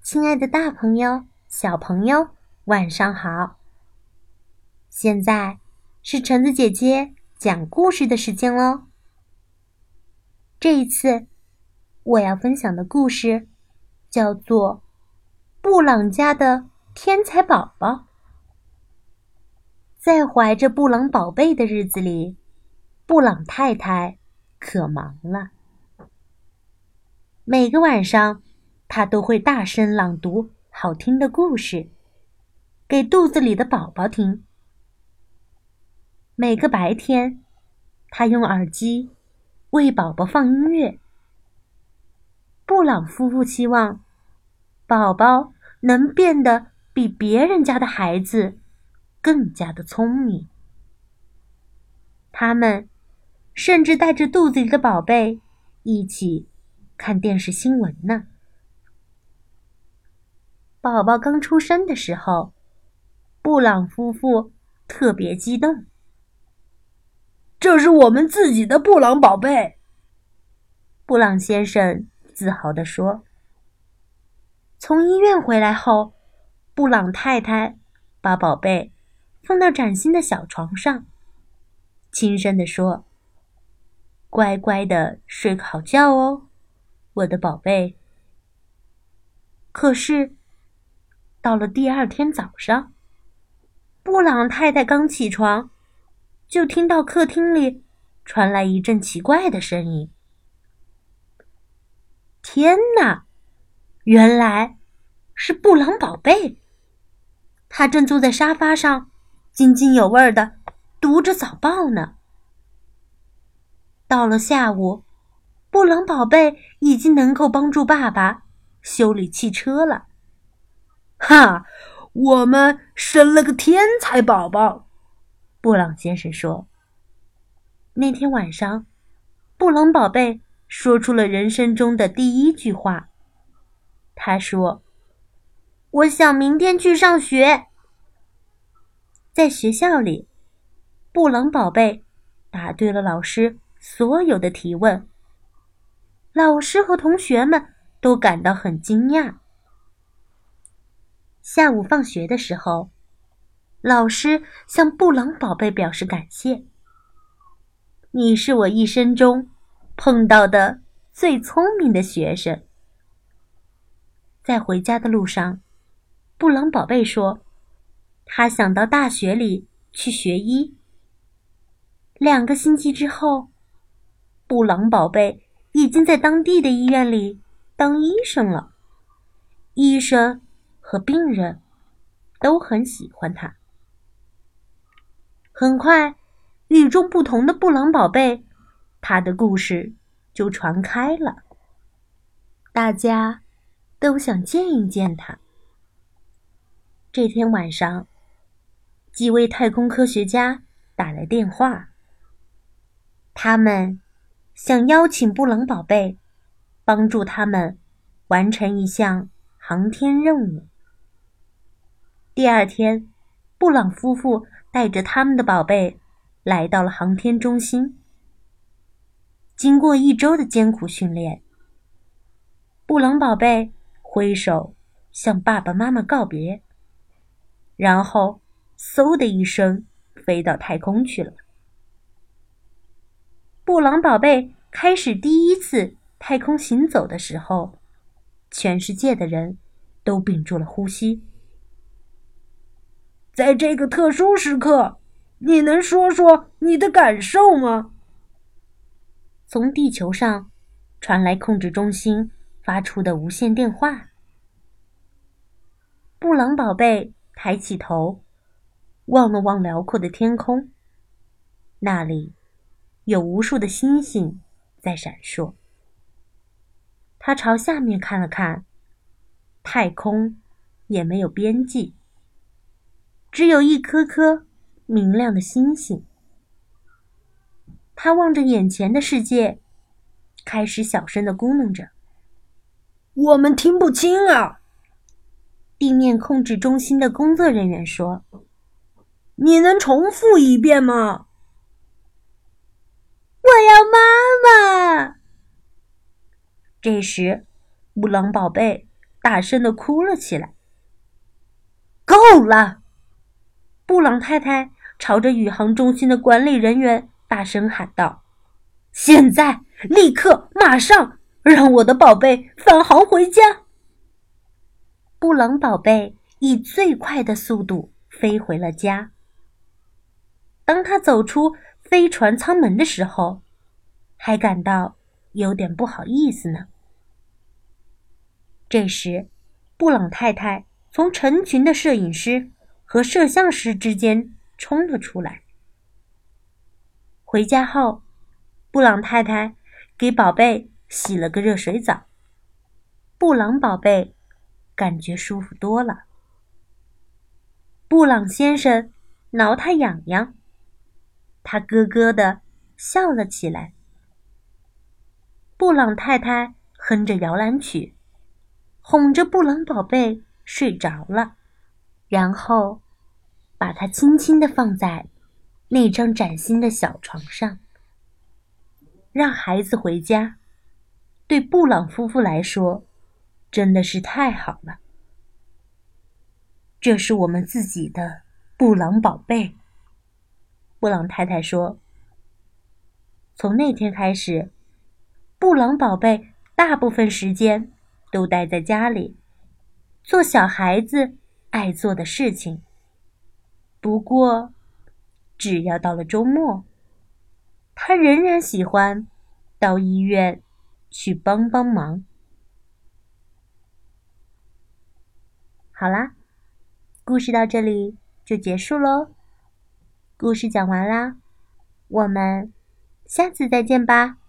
亲爱的大朋友、小朋友，晚上好！现在是橙子姐姐讲故事的时间咯。这一次我要分享的故事叫做《布朗家的天才宝宝》。在怀着布朗宝贝的日子里，布朗太太可忙了。每个晚上，她都会大声朗读好听的故事，给肚子里的宝宝听。每个白天，她用耳机为宝宝放音乐。布朗夫妇希望宝宝能变得比别人家的孩子更加的聪明。他们甚至带着肚子里的宝贝一起看电视新闻呢。宝宝刚出生的时候，布朗夫妇特别激动。 这是我们自己的布朗宝贝， 布朗先生自豪地说。从医院回来后，布朗太太把宝贝放到崭新的小床上，轻声地说：“乖乖地睡个好觉哦，我的宝贝。”可是，到了第二天早上，布朗太太刚起床，就听到客厅里传来一阵奇怪的声音。天哪！原来是布朗宝贝，他正坐在沙发上津津有味地读着早报呢。到了下午，布朗宝贝已经能够帮助爸爸修理汽车了。 哈，我们生了个天才宝宝， 布朗先生说。那天晚上，布朗宝贝说出了人生中的第一句话。他说：“我想明天去上学。”在学校里，布朗宝贝答对了老师所有的提问。老师和同学们都感到很惊讶。下午放学的时候，老师向布朗宝贝表示感谢。你是我一生中碰到的最聪明的学生。在回家的路上，布朗宝贝说，他想到大学里去学医。2个星期之后，布朗宝贝已经在当地的医院里当医生了。医生和病人都很喜欢他。很快，与众不同的布朗宝贝，他的故事就传开了。大家都想见一见他。这天晚上，几位太空科学家打来电话，他们想邀请布朗宝贝帮助他们完成一项航天任务。第二天，布朗夫妇带着他们的宝贝来到了航天中心。经过1周的艰苦训练，布朗宝贝挥手向爸爸妈妈告别，然后嗖的一声飞到太空去了。布朗宝贝开始第一次太空行走的时候，全世界的人都屏住了呼吸。 在这个特殊时刻，你能说说你的感受吗？ 从地球上传来控制中心发出的无线电话。布朗宝贝抬起头，望了望辽阔的天空，那里有无数的星星在闪烁。他朝下面看了看，太空也没有边际，只有一颗颗明亮的星星。他望着眼前的世界，开始小声地咕哝着：“ 我们听不清啊！” 地面控制中心的工作人员说：“ 你能重复一遍吗？”“ 我要妈妈！”这时，布朗宝贝大声地哭了起来。够了！布朗太太朝着宇航中心的管理人员大声喊道：现在，立刻，马上，让我的宝贝返航回家！布朗宝贝以最快的速度飞回了家。当他走出飞船舱门的时候，还感到有点不好意思呢。这时，布朗太太从成群的摄影师和摄像师之间冲了出来。回家后，布朗太太给宝贝洗了个热水澡，布朗宝贝感觉舒服多了。布朗先生挠他痒痒，他咯咯地笑了起来。布朗太太哼着摇篮曲，哄着布朗宝贝睡着了，然后把它轻轻地放在那张崭新的小床上。让孩子回家，对布朗夫妇来说真的是太好了。这是我们自己的布朗宝贝，布朗太太说。从那天开始，布朗宝贝大部分时间都待在家里，做小孩子爱做的事情。不过，只要到了周末，他仍然喜欢到医院去帮帮忙。好啦，故事到这里就结束咯。故事讲完啦，我们下次再见吧。